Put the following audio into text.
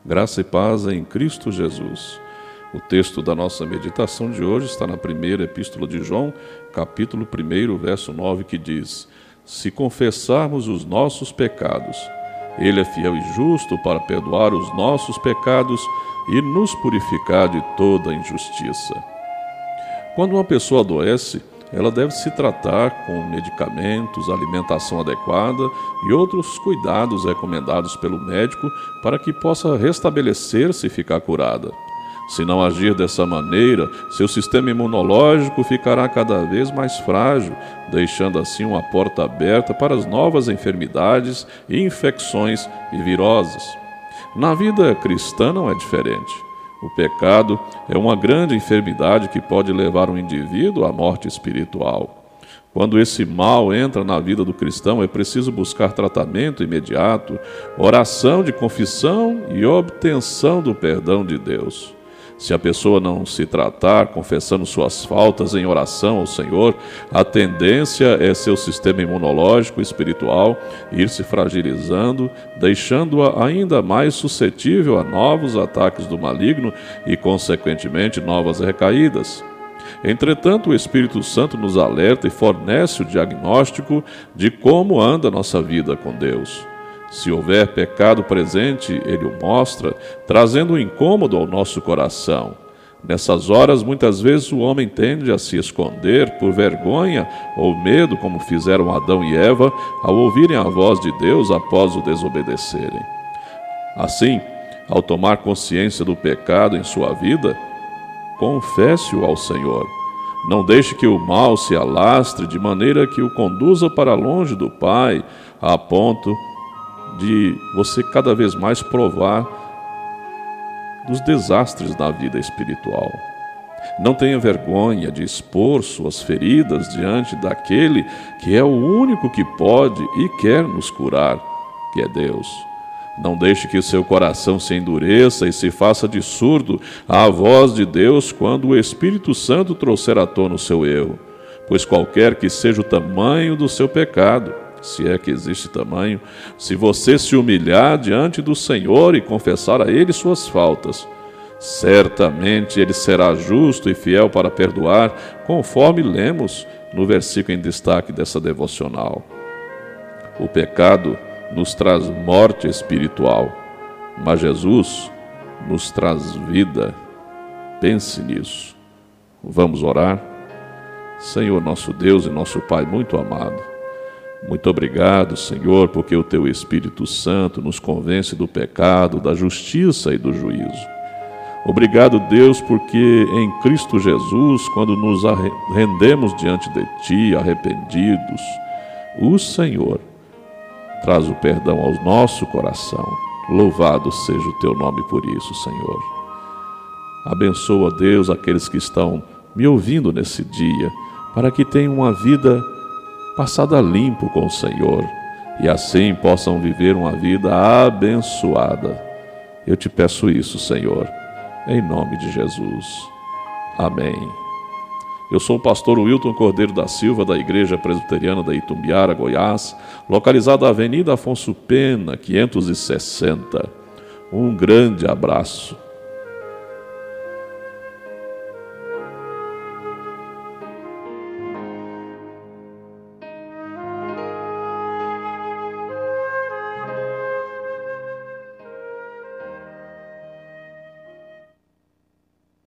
Graça e paz em Cristo Jesus. O texto da nossa meditação de hoje está na primeira epístola de João, capítulo 1, verso 9, que diz: Se confessarmos os nossos pecados, Ele é fiel e justo para perdoar os nossos pecados e nos purificar de toda injustiça. Quando uma pessoa adoece, ela deve se tratar com medicamentos, alimentação adequada e outros cuidados recomendados pelo médico para que possa restabelecer-se e ficar curada. Se não agir dessa maneira, seu sistema imunológico ficará cada vez mais frágil, deixando assim uma porta aberta para as novas enfermidades, infecções e viroses. Na vida cristã não é diferente. O pecado é uma grande enfermidade que pode levar um indivíduo à morte espiritual. Quando esse mal entra na vida do cristão, é preciso buscar tratamento imediato, oração de confissão e obtenção do perdão de Deus. Se a pessoa não se tratar, confessando suas faltas em oração ao Senhor, a tendência é seu sistema imunológico e espiritual ir se fragilizando, deixando-a ainda mais suscetível a novos ataques do maligno e, consequentemente, novas recaídas. Entretanto, o Espírito Santo nos alerta e fornece o diagnóstico de como anda nossa vida com Deus. Se houver pecado presente, Ele o mostra, trazendo um incômodo ao nosso coração. Nessas horas, muitas vezes o homem tende a se esconder por vergonha ou medo, como fizeram Adão e Eva ao ouvirem a voz de Deus após o desobedecerem. Assim, ao tomar consciência do pecado em sua vida, confesse-o ao Senhor. Não deixe que o mal se alastre de maneira que o conduza para longe do Pai, a ponto de você cada vez mais provar dos desastres na vida espiritual. Não tenha vergonha de expor suas feridas diante daquele que é o único que pode e quer nos curar, que é Deus. Não deixe que o seu coração se endureça e se faça de surdo à voz de Deus quando o Espírito Santo trouxer à tona o seu erro, pois qualquer que seja o tamanho do seu pecado, se é que existe tamanho, se você se humilhar diante do Senhor e confessar a Ele suas faltas, certamente Ele será justo e fiel para perdoar, conforme lemos no versículo em destaque dessa devocional. O pecado nos traz morte espiritual, mas Jesus nos traz vida. Pense nisso. Vamos orar? Senhor, nosso Deus e nosso Pai muito amado, muito obrigado, Senhor, porque o Teu Espírito Santo nos convence do pecado, da justiça e do juízo. Obrigado, Deus, porque em Cristo Jesus, quando nos rendemos diante de Ti, arrependidos, o Senhor traz o perdão ao nosso coração. Louvado seja o Teu nome por isso, Senhor. Abençoa, Deus, aqueles que estão me ouvindo nesse dia, para que tenham uma vida passada limpo com o Senhor, e assim possam viver uma vida abençoada. Eu te peço isso, Senhor, em nome de Jesus. Amém. Eu sou o pastor Wilton Cordeiro da Silva, da Igreja Presbiteriana da Itumbiara, Goiás, localizada na Avenida Afonso Pena, 560. Um grande abraço.